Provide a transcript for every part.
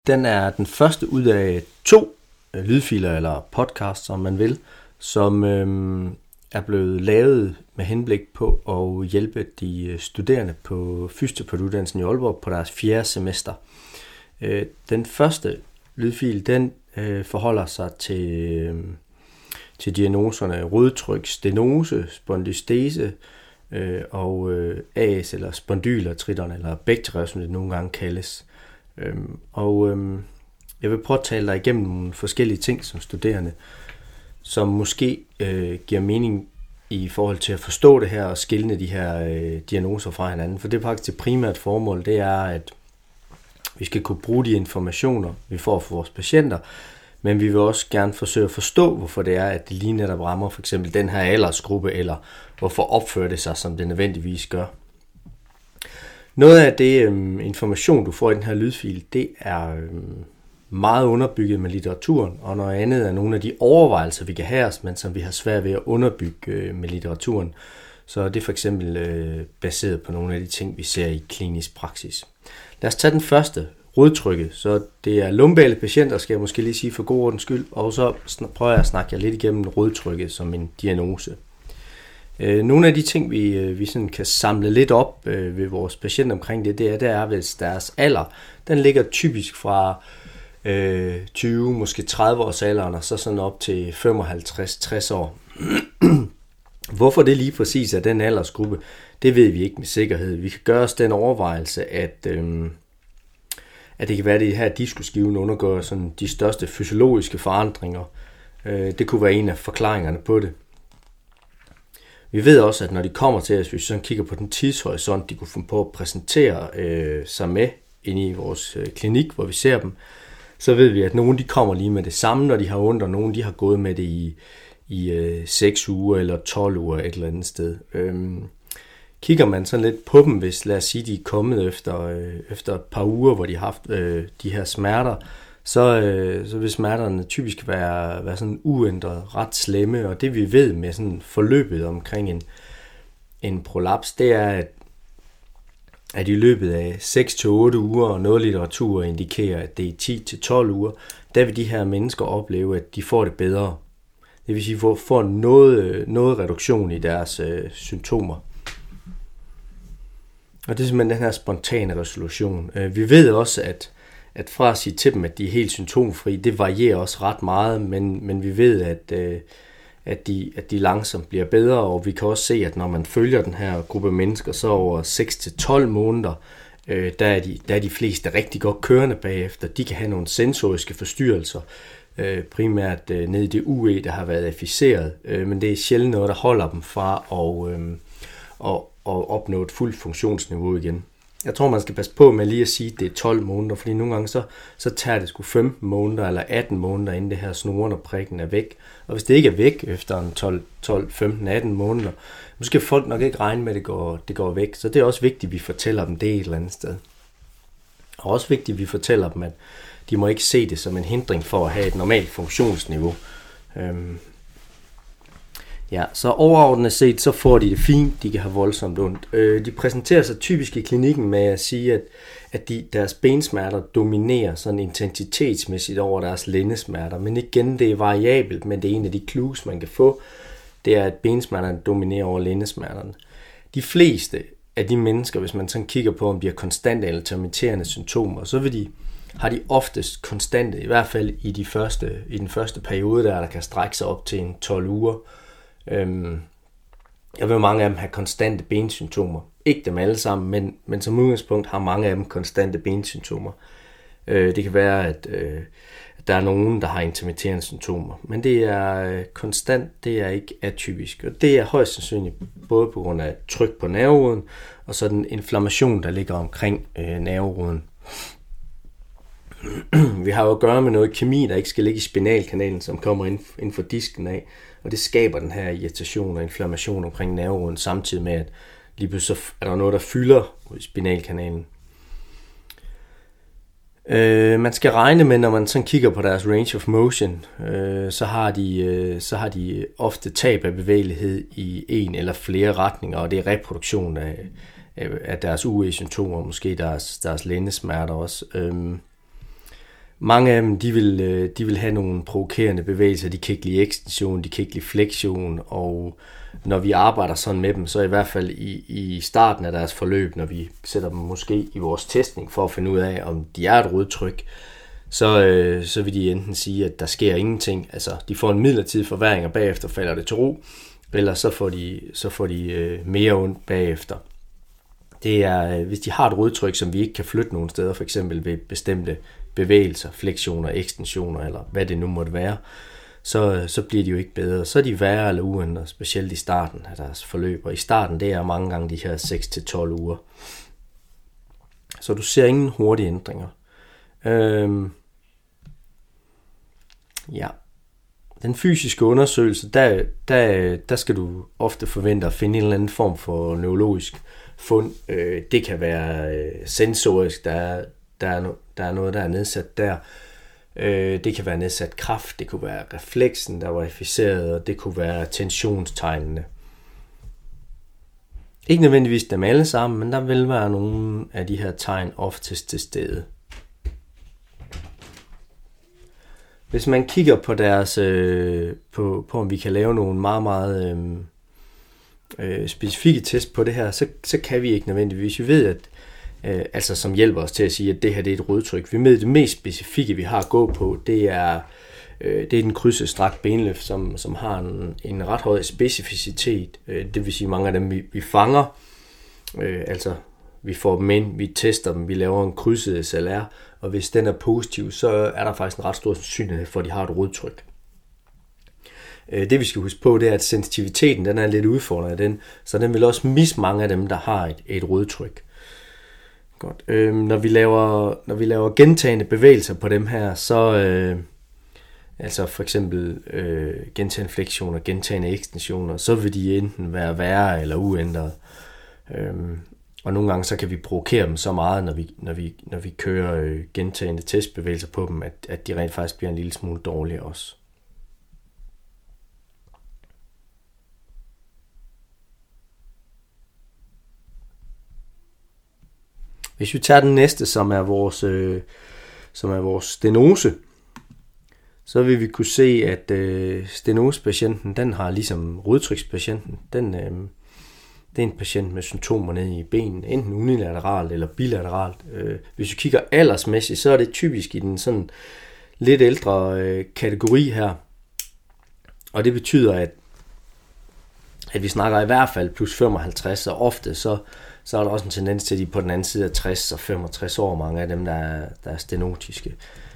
Den er den første ud af 2 lydfiler eller podcasts, som man vil, som er blevet lavet med henblik på at hjælpe de studerende på fysioterapeutuddannelsen i Aalborg på deres 4. semester. Den første lydfil, den forholder sig til diagnoserne rodtryk, stenose, spondylostese og AS eller spondylartritterne eller bækterrev, som det nogle gange kaldes. Jeg vil prøve at tale dig igennem nogle forskellige ting som studerende, som måske giver mening i forhold til at forstå det her og skelne de her diagnoser fra hinanden. For det er faktisk det primært formål, det er, at vi skal kunne bruge de informationer, vi får fra vores patienter, men vi vil også gerne forsøge at forstå, hvorfor det er, at det lige netop rammer for eksempel den her aldersgruppe, eller hvorfor opfører det sig, som det nødvendigvis gør. Noget af det information, du får i den her lydfil, det er meget underbygget med litteraturen, og noget andet er nogle af de overvejelser, vi kan have os, men som vi har svært ved at underbygge med litteraturen. Så det er for eksempel baseret på nogle af de ting, vi ser i klinisk praksis. Lad os tage den første, rodtrykket. Så det er lumbale patienter, skal jeg måske lige sige for god ordens skyld, og så prøver jeg at snakke jer lidt igennem rodtrykket som en diagnose. Nogle af de ting, vi sådan kan samle lidt op ved vores patienter omkring det er, hvis deres alder, den ligger typisk fra 20, måske 30 års alderen, og så sådan op til 55-60 år. Hvorfor det lige præcis er den aldersgruppe, det ved vi ikke med sikkerhed. Vi kan gøre os den overvejelse, at det kan være, at det her diskusskiven undergår sådan de største fysiologiske forandringer. Det kunne være en af forklaringerne på det. Vi ved også, at når de kommer til os, hvis vi sådan kigger på den tidshorisont, de kunne finde på at præsentere sig med inde i vores klinik, hvor vi ser dem, så ved vi, at nogle de kommer lige med det samme, når de har ondt, og nogle de har gået med det i 6 uger eller 12 uger et eller andet sted. Kigger man sådan lidt på dem, hvis lad os sige, de er kommet efter et par uger, hvor de har haft de her smerter, så vil smerterne typisk være sådan uændret, ret slemme, og det vi ved med sådan forløbet omkring en prolaps, det er, at i løbet af 6-8 uger, og noget litteratur indikerer, at det er 10-12 uger, der vil de her mennesker opleve, at de får det bedre. Det vil sige, får noget reduktion i deres symptomer. Og det er simpelthen den her spontane resolution. Vi ved også, at fra at sige til dem, at de er helt symptomfri, det varierer også ret meget, men vi ved, at de langsomt bliver bedre, og vi kan også se, at når man følger den her gruppe mennesker, så over 6-12 måneder, der er de fleste rigtig godt kørende bagefter. De kan have nogle sensoriske forstyrrelser, primært ned i det UE, der har været afficeret, men det er sjældent noget, der holder dem fra at opnå et fuldt funktionsniveau igen. Jeg tror, man skal passe på med lige at sige, at det er 12 måneder, fordi nogle gange så tager det sgu 15 måneder eller 18 måneder, inden det her snoren og prikken er væk. Og hvis det ikke er væk efter en 12, 15, 18 måneder, så skal folk nok ikke regne med, at det går væk. Så det er også vigtigt, at vi fortæller dem det et eller andet sted. Og også vigtigt, at vi fortæller dem, at de må ikke se det som en hindring for at have et normalt funktionsniveau. Ja, så overordnet set, så får de det fint, de kan have voldsomt ondt. De præsenterer sig typisk i klinikken med at sige, at deres bensmerter dominerer sådan intensitetsmæssigt over deres lændesmerter. Men igen, det er variabelt, men det er en af de clues, man kan få, det er, at bensmerterne dominerer over lændesmerterne. De fleste af de mennesker, hvis man sådan kigger på, om de har konstante eller intermitterende symptomer, så har de oftest konstante, i hvert fald i den første periode, der kan strække sig op til en 12 uger. Jeg vil mange af dem have konstante bensymptomer. Ikke dem alle sammen, men som udgangspunkt har mange af dem konstante bensymptomer. Det kan være, at der er nogen, der har intermitterende symptomer, men det er konstant, det er ikke atypisk. Og det er højst sandsynligt både på grund af tryk på nerveroden, og så den inflammation, der ligger omkring nerveroden. Vi har jo at gøre med noget kemi, der ikke skal ligge i spinalkanalen, som kommer ind for disken af, og det skaber den her irritation og inflammation omkring nerveroden, samtidig med, at lige pludselig er der noget, der fylder i spinalkanalen. Man skal regne med, når man sådan kigger på deres range of motion, så har de ofte tab af bevægelighed i en eller flere retninger, og det er reproduktion af deres UE-symptomer, måske deres lændesmerter også. Mange af dem, de vil have nogle provokerende bevægelser. De kan ikke lide ekstension, de kan ikke lide fleksion, og når vi arbejder sådan med dem, så i hvert fald i starten af deres forløb, når vi sætter dem måske i vores testning for at finde ud af, om de er et rodtryk, så vil de enten sige, at der sker ingenting, altså de får en midlertidig forværring, og bagefter falder det til ro, eller så får de mere ondt bagefter. Det er, hvis de har et rodtryk, som vi ikke kan flytte nogen steder, for eksempel ved bestemte bevægelser, fleksioner, ekstensioner, eller hvad det nu måtte være, så bliver de jo ikke bedre. Så er de værre eller uændret, specielt i starten af deres forløb. Og i starten, det er mange gange de her 6-12 uger. Så du ser ingen hurtige ændringer. Ja. Den fysiske undersøgelse, der skal du ofte forvente at finde en eller anden form for neurologisk fund. Det kan være sensorisk, der er noget, der er nedsat der. Det kan være nedsat kraft, det kunne være refleksen, der var afficeret, og det kunne være tensionstegnene. Ikke nødvendigvis dem alle sammen, men der vil være nogle af de her tegn oftest til stede. Hvis man kigger på deres, på om vi kan lave nogle meget, meget specifikke test på det her, så kan vi ikke nødvendigvis. Vi ved, at altså som hjælper os til at sige, at det her det er et rodtryk. Vi ved, det mest specifikke, vi har at gå på, det er den krydset strakt benløft, som har en ret høj specificitet. Det vil sige, mange af dem vi fanger, altså vi får dem ind, vi tester dem, vi laver en krydset SLR, og hvis den er positiv, så er der faktisk en ret stor sandsynlighed for, at de har et rodtryk. Det vi skal huske på, det er, at sensitiviteten den er lidt udfordret af den, så den vil også misse mange af dem, der har et rodtryk. Godt. Når vi laver gentagende bevægelser på dem her, så altså for eksempel gentagende fleksioner, gentagende ekstensioner, så vil de enten være værre eller uændret. Og nogle gange så kan vi provokere dem så meget, når vi kører gentagende testbevægelser på dem, at de rent faktisk bliver en lille smule dårlige også. Hvis vi tager den næste, som er vores stenose, så vil vi kunne se, at stenosepatienten, den har ligesom rodtrykspatienten, det er en patient med symptomer nede i benene, enten unilateralt eller bilateralt. Hvis vi kigger aldersmæssigt, så er det typisk i den sådan lidt ældre kategori her, og det betyder, at vi snakker i hvert fald plus 55, og ofte så er der også en tendens til, at de på den anden side af 60 og 65 år, mange af dem, der er stenotiske.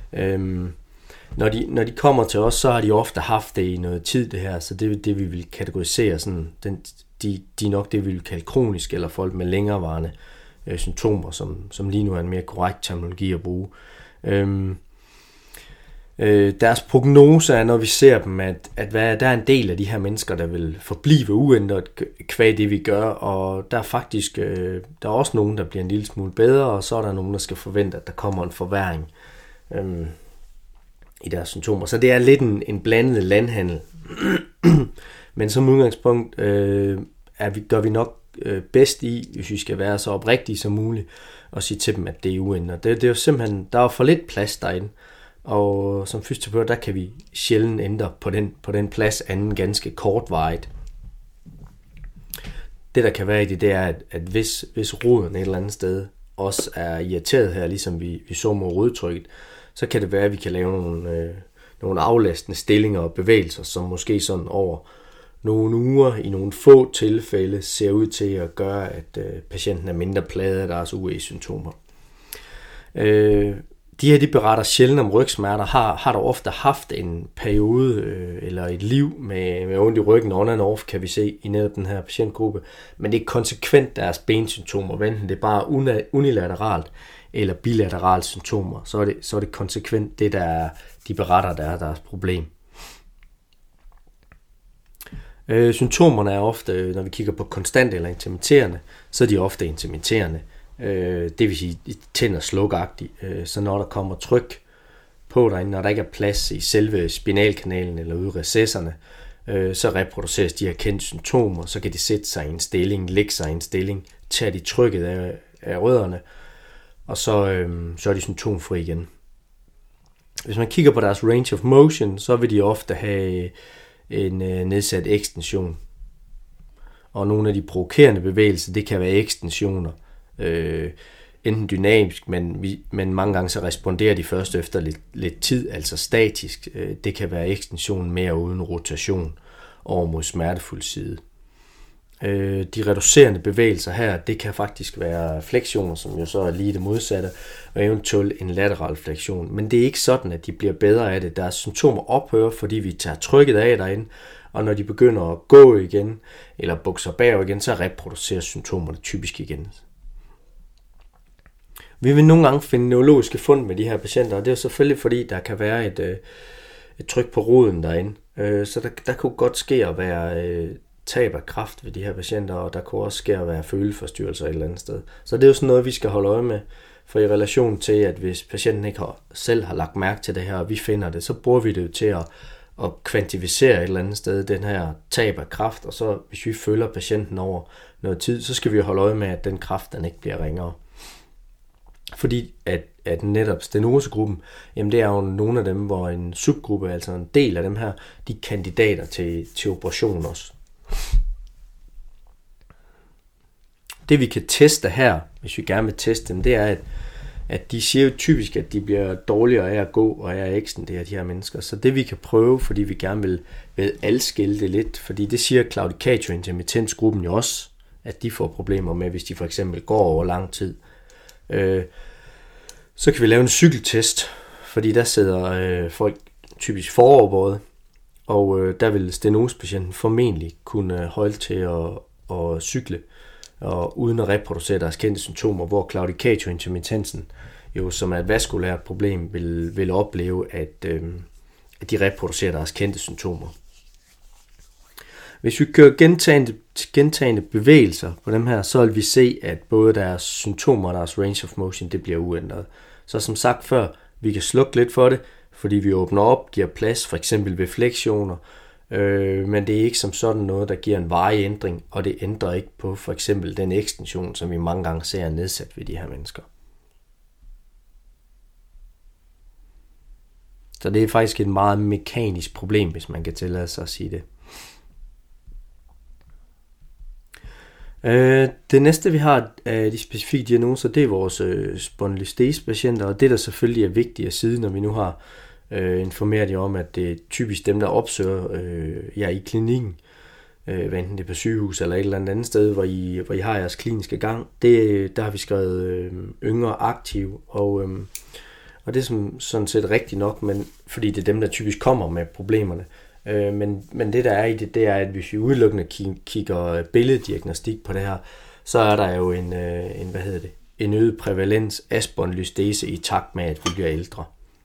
Når de kommer til os, så har de ofte haft det i noget tid, det her, så det er det, vi vil kategorisere sådan, de er nok det, vi vil kalde kronisk, eller folk med længerevarende symptomer, som lige nu er en mere korrekt terminologi at bruge. Deres prognose er, når vi ser dem, at der er en del af de her mennesker, der vil forblive uændret kvad det, vi gør, og der er faktisk der er også nogen, der bliver en lille smule bedre, og så er der nogen, der skal forvente, at der kommer en forværring i deres symptomer. Så det er lidt en blandet landhandel. Men som udgangspunkt gør vi nok bedst i, hvis vi skal være så oprigtige som muligt, og sige til dem, at det er uændret. Det er jo simpelthen, der er for lidt plads derinde. Og som fysioterapeut, der kan vi sjældent ændre på den plads anden ganske kortvarigt. Det der kan være i det er, at hvis roden et eller andet sted også er irriteret her, ligesom vi så med rodtrykket, så kan det være, at vi kan lave nogle aflastende stillinger og bevægelser, som måske sådan over nogle uger i nogle få tilfælde ser ud til at gøre, at patienten er mindre plaget af deres UE-symptomer. De her, de beretter sjældent om rygsmerter, har der ofte haft en periode eller et liv med ondt i ryggen on and off, kan vi se i netop den her patientgruppe, men det er konsekvent deres bensymptomer, enten det er bare unilateralt eller bilateralt symptomer, så er det konsekvent det, de beretter, der er deres problem. Symptomerne er ofte, når vi kigger på konstant eller intermitterende, så er de ofte intermitterende. Det vil sige tænder slukagtigt, så når der kommer tryk på derinde, når der ikke er plads i selve spinalkanalen eller ude i recesserne, så reproduceres de her kendte symptomer, så kan de sætte sig i en stilling, lægge sig i en stilling, tager de trykket af rødderne, og så er de symptomfri igen. Hvis man kigger på deres range of motion, så vil de ofte have en nedsat ekstension. Og nogle af de provokerende bevægelser, det kan være ekstensioner. Enten dynamisk, men mange gange så responderer de først efter lidt tid, altså statisk. Det kan være ekstension mere uden rotation over mod smertefuld side. De reducerende bevægelser her, det kan faktisk være fleksioner, som jo så er lige det modsatte, og eventuelt en lateral fleksion. Men det er ikke sådan, at de bliver bedre af det. Deres symptomer ophører, fordi vi tager trykket af derinde, og når de begynder at gå igen, eller bukser bagover igen, så reproducerer symptomerne typisk igen. Vi vil nogle gange finde neurologiske fund med de her patienter, og det er selvfølgelig fordi, der kan være et tryk på roden derinde. Så der kunne godt ske at være tab af kraft ved de her patienter, og der kunne også ske at være føleforstyrrelser et eller andet sted. Så det er jo sådan noget, vi skal holde øje med, for i relation til, at hvis patienten ikke selv har lagt mærke til det her, og vi finder det, så bruger vi det jo til at kvantificere et eller andet sted den her tab af kraft, og så hvis vi følger patienten over noget tid, så skal vi holde øje med, at den kraft den ikke bliver ringere. Fordi at netop stenosegruppen, jamen det er jo nogle af dem, hvor en subgruppe, altså en del af dem her, de er kandidater til operation også. Det vi kan teste her, hvis vi gerne vil teste dem, det er, at de siger jo typisk, at de bliver dårligere af at gå og af at ekstendere de her mennesker. Så det vi kan prøve, fordi vi gerne vil adskille det lidt, fordi det siger claudicator-intermittensgruppen jo også, at de får problemer med, hvis de for eksempel går over lang tid. Så kan vi lave en cykeltest, fordi der sidder folk typisk foroverbøjet, og der vil stenosepatienten formentlig kunne holde til at cykle, og uden at reproducere deres kendte symptomer, hvor claudicator-intermittensen jo som er et vaskulært problem vil opleve, at de reproducerer deres kendte symptomer. Hvis vi kører gentagende bevægelser på dem her, så vil vi se, at både deres symptomer og deres range of motion, det bliver uændret. Så som sagt før, vi kan slukke lidt for det, fordi vi åbner op, giver plads, for eksempel ved fleksioner, men det er ikke som sådan noget, der giver en varig ændring, og det ændrer ikke på for eksempel den ekstension, som vi mange gange ser nedsat ved de her mennesker. Så det er faktisk et meget mekanisk problem, hvis man kan tillade sig at sige det. Det næste vi har af de specifikke diagnoser, det er vores spondylostese-patienter, og det der selvfølgelig er vigtigt at sige, når vi nu har informeret jer om, at det er typisk dem, der opsøger jer i klinikken, hvad enten det er på sygehus eller et eller andet sted, hvor I har jeres kliniske gang. Der har vi skrevet yngre aktive, og det er sådan set rigtigt nok, men fordi det er dem, der typisk kommer med problemerne. Men det der er i det er, at hvis vi udelukkende kigger billeddiagnostik på det her, så er der jo en øget prævalens af spondylostese i takt med, at vi bliver ældre.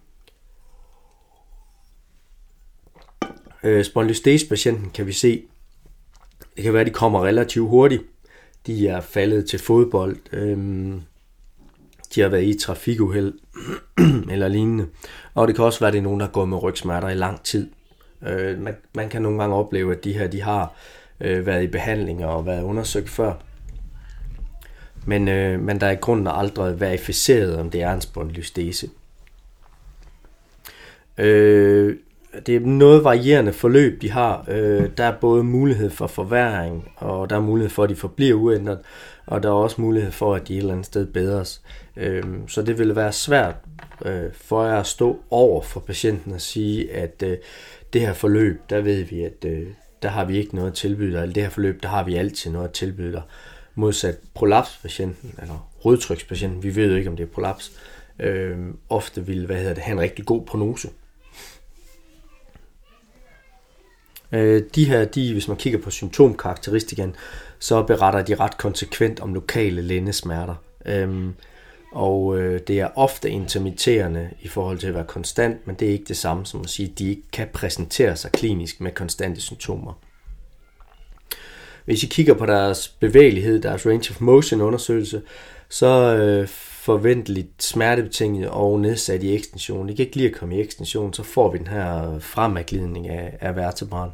Spondylostese-patienten kan vi se, det kan være, at de kommer relativt hurtigt. De er faldet til fodbold, de har været i trafikuheld eller lignende. Og det kan også være, at det er nogen, der går med rygsmerter i lang tid. Man kan nogle gange opleve, at de har været i behandling og været undersøgt før. Men der er i grunden aldrig verificeret, om det er en spondylostese. Det er noget varierende forløb, de har. Der er både mulighed for forværring, og der er mulighed for, at de forbliver uændret, og der er også mulighed for, at de et eller andet sted bedres. Så det vil være svært for jer at stå over for patienten og sige, at det her forløb, der ved vi, at der har vi ikke noget at tilbyde dig, eller det her forløb, der har vi altid noget at tilbyde dig. Modsat prolapspatienten, eller rodtrykspatienten, vi ved jo ikke, om det er prolaps, ofte vil have en rigtig god prognose. De her, hvis man kigger på symptomkarakteristikken, så beretter de ret konsekvent om lokale lændesmerter. Og det er ofte intermitterende i forhold til at være konstant, men det er ikke det samme som at sige, at de ikke kan præsentere sig klinisk med konstante symptomer. Hvis I kigger på deres bevægelighed, deres range of motion undersøgelse, så forventeligt smertebetinget og nedsat i ekstension. I kan ikke lide at komme i ekstension, så får vi den her fremadglidning af vertebraen.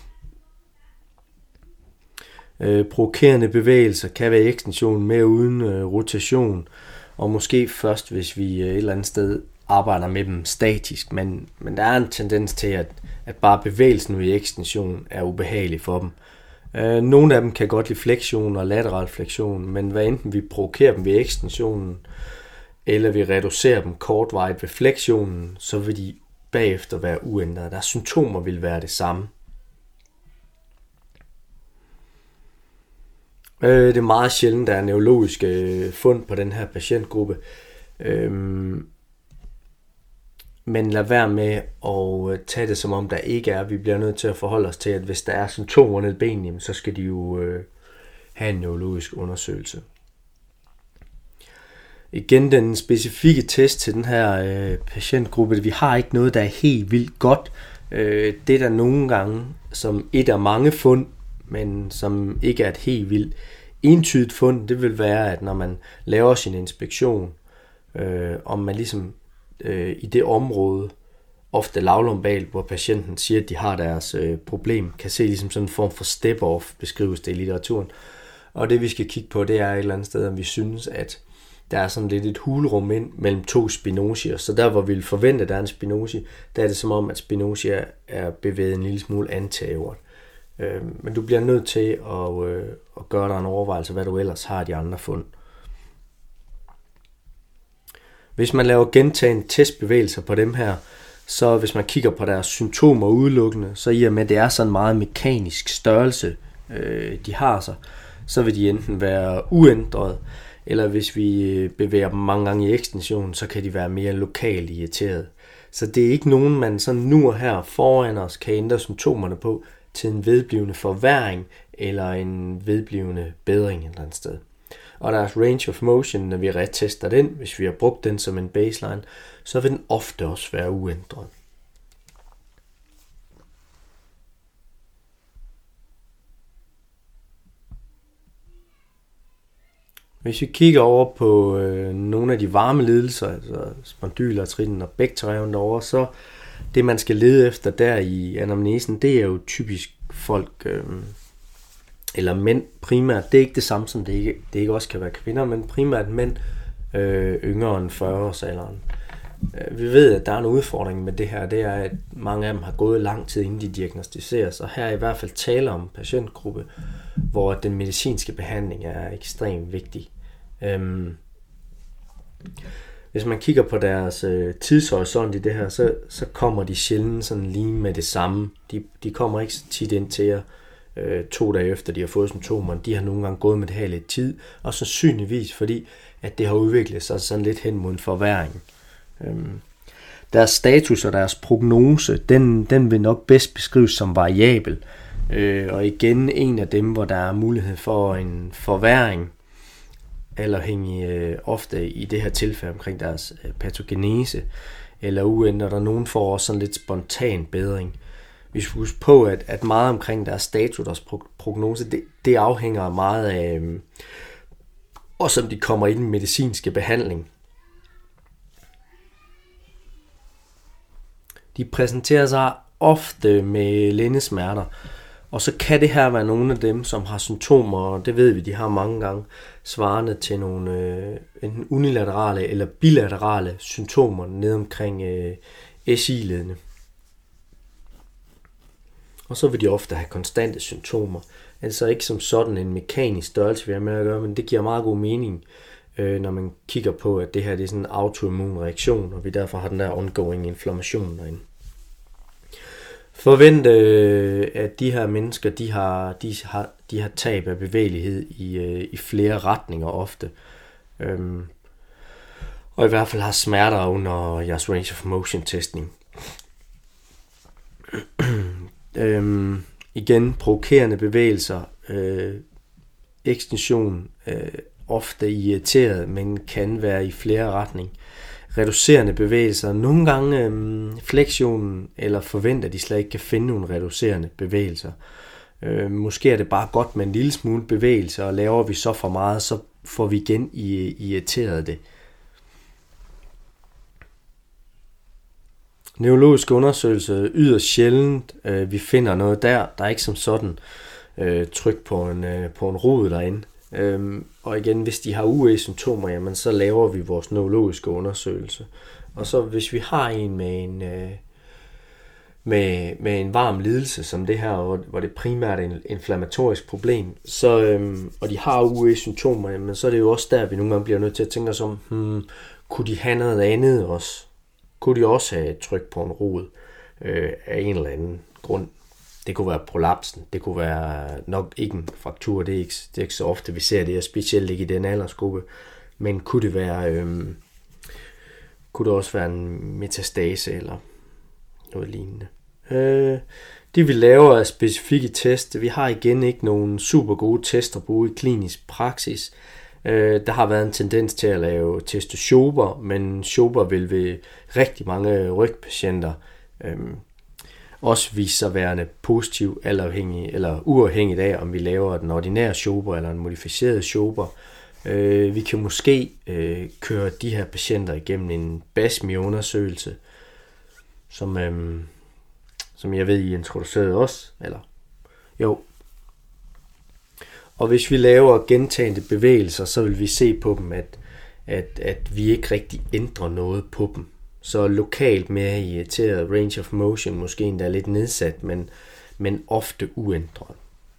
Provokerende bevægelser kan være i ekstension med uden rotation, og måske først, hvis vi et eller andet sted arbejder med dem statisk, men der er en tendens til, at bare bevægelsen i ekstension er ubehagelig for dem. Nogle af dem kan godt lide flektion og lateral flektion, men hvad enten vi provokerer dem ved ekstensionen, eller vi reducerer dem kortvarigt ved flektionen, så vil de bagefter være uændrede. Deres symptomer vil være det samme. Det er meget sjældent, der er neurologiske fund på den her patientgruppe. Men lad være med at tage det som om der ikke er. Vi bliver nødt til at forholde os til, at hvis der er symptomer ned i benene, så skal de jo have en neurologisk undersøgelse. Igen den specifikke test til den her patientgruppe. Vi har ikke noget, der er helt vildt godt. Det der nogle gange som et af mange fund, men som ikke er et helt vildt entydigt fund, det vil være, at når man laver sin inspektion, om man ligesom i det område, ofte lavlumbalt, hvor patienten siger, at de har deres problem, kan se ligesom sådan en form for step-off, beskrives det i litteraturen. Og det vi skal kigge på, det er et eller andet sted, om vi synes, at der er sådan lidt et hulrum ind mellem to spinosier. Så der, hvor vi vil forvente, at der er en spinosi, der er det som om, at spinosia er bevæget en lille smule antævret. Men du bliver nødt til at gøre dig en overvejelse, hvad du ellers har de andre fund. Hvis man laver gentagende testbevægelser på dem her, så hvis man kigger på deres symptomer udelukkende, så i og med, at det er sådan en meget mekanisk størrelse, de har så vil de enten være uændret, eller hvis vi bevæger dem mange gange i ekstension, så kan de være mere lokalt irriteret. Så det er ikke nogen, man sådan nu og her foran os kan ændre symptomerne på til en vedblivende forværring eller en vedblivende bedring et eller andet sted. Og deres range of motion, når vi retester den, hvis vi har brugt den som en baseline, så vil den ofte også være uændret. Hvis vi kigger over på nogle af de varme lidelser, altså spondylartritten og bækterreven derovre, så det man skal lede efter der i anamnesen, det er jo typisk folk, eller mænd primært. Det er ikke det samme som det ikke også kan være kvinder, men primært mænd yngre end 40-årsalderen. Vi ved, at der er en udfordring med det her, det er, at mange af dem har gået lang tid, inden de diagnostiseres, og her er i hvert fald tale om en patientgruppe, hvor den medicinske behandling er ekstremt vigtig. Hvis man kigger på deres tidshorisont i det her, så kommer de sjældent sådan lige med det samme. De kommer ikke så tit ind til jer 2 dage efter, de har fået symptomerne. De har nogle gange gået med det her lidt tid, og sandsynligvis fordi, at det har udviklet sig sådan lidt hen mod en forværring. Deres status og deres prognose, den vil nok bedst beskrives som variabel. Og igen en af dem, hvor der er mulighed for en forværring, eller ofte i det her tilfælde omkring deres patogenese, eller uændret, og nogen får også sådan lidt spontan bedring. Vi skal huske på, at meget omkring deres status, deres prognose, det afhænger meget af, også om de kommer i den medicinske behandling. De præsenterer sig ofte med lændesmerter, og så kan det her være nogle af dem, som har symptomer, og det ved vi, de har mange gange, svarende til nogle enten unilaterale eller bilaterale symptomer ned omkring SI-ledene. Og så vil de ofte have konstante symptomer. Altså ikke som sådan en mekanisk størrelse, vi har med at gøre, men det giver meget god mening, når man kigger på, at det her det er sådan en autoimmun reaktion, og vi derfor har den der ongoing inflammation derinde. Forvent, at de her mennesker, de har tab af bevægelighed i flere retninger ofte. Og i hvert fald har smerter under jeres range of motion testning. Igen, provokerende bevægelser, ekstension, ofte irriteret, men kan være i flere retninger. Reducerende bevægelser, nogle gange fleksionen, eller forventer, at de slet ikke kan finde nogle reducerende bevægelser. Måske er det bare godt med en lille smule bevægelse, og laver vi så for meget, så får vi igen irriteret det. Neurologisk undersøgelse yderst sjældent. Vi finder noget der er ikke som sådan tryk på en rod derinde. Og igen, hvis de har UE-symptomer, jamen, så laver vi vores neurologiske undersøgelse. Og så hvis vi har en med en varm lidelse som det her, hvor det primært er et inflammatorisk problem, så, og de har UE-symptomer, men så er det jo også der, vi nogle gange bliver nødt til at tænke os om, kunne de have noget andet også? Kunne de også have et tryk på en rod af en eller anden grund? Det kunne være prolapsen, det kunne være nok ikke en fraktur, det er ikke så ofte, vi ser det, specielt ikke i den aldersgruppe, men kunne det være, kunne det også være en metastase eller noget lignende. Det vi laver er specifikke test. Vi har igen ikke nogen super gode tester at bruge i klinisk praksis. Der har været en tendens til at lave teste Schober, men Schober vil ved rigtig mange rygpatienter også vise sig værende positiv eller uafhængigt af, om vi laver den ordinære Schober eller en modificeret Schober. Vi kan måske køre de her patienter igennem en BASMI-undersøgelse, som jeg ved, I introducerede også, eller jo. Og hvis vi laver gentagende bevægelser, så vil vi se på dem, at vi ikke rigtig ændrer noget på dem. Så lokalt mere irriteret, range of motion måske endda lidt nedsat, men ofte uændret.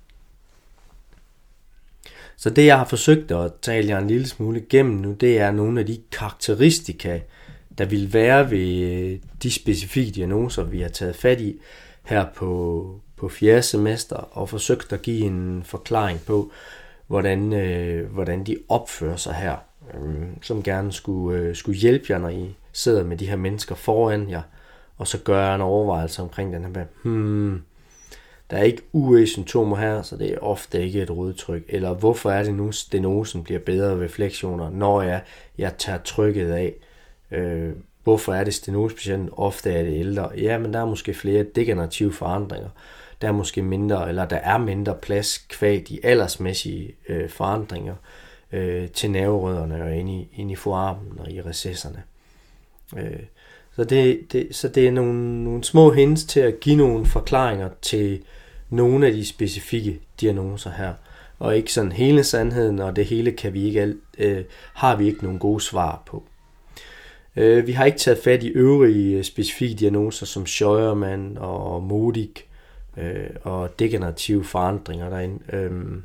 Så det jeg har forsøgt at tale jer en lille smule igennem nu, det er nogle af de karakteristika, der vil være ved de specifikke diagnoser, vi har taget fat i her på 4. semester, og forsøgt at give en forklaring på, hvordan de opfører sig her, som gerne skulle hjælpe jer, når I sidder med de her mennesker foran jer, og så gør en overvejelse omkring den her med, der er ikke UE-symptomer her, så det er ofte ikke et rodtryk, eller hvorfor er det nu, stenosen bliver bedre ved fleksioner, når jeg tager trykket af. Hvorfor er det stenosepatienten? Ofte er det ældre. Ja, men der er måske flere degenerative forandringer. Der er måske mindre plads kvad de aldersmæssige forandringer til nerverødderne og ind i forarmen og i recesserne. Så det er nogle små hints til at give nogle forklaringer til nogle af de specifikke diagnoser her. Og ikke sådan hele sandheden, og det hele kan vi ikke har vi ikke nogen gode svar på. Vi har ikke taget fat i øvrige specifikke diagnoser som Scheuermann og Modig og degenerative forandringer derinde.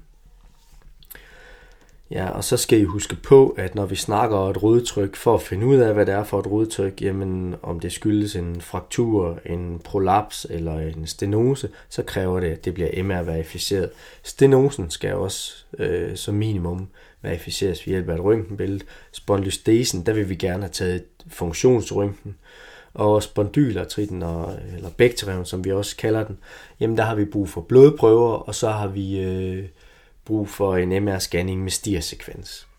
Ja, og så skal I huske på, at når vi snakker et rodtryk, for at finde ud af, hvad det er for et rodtryk, jamen om det skyldes en fraktur, en prolaps eller en stenose, så kræver det, at det bliver MR-verificeret. Stenosen skal også som minimum verificeres ved hjælp af et røntgenbillede. Spondylostesen, der vil vi gerne have taget funktionsrøntgen. Og spondylartritten, eller bækterreven, som vi også kalder den, jamen der har vi brug for blodprøver, og så har vi brug for en MR-scanning med stirsekvens.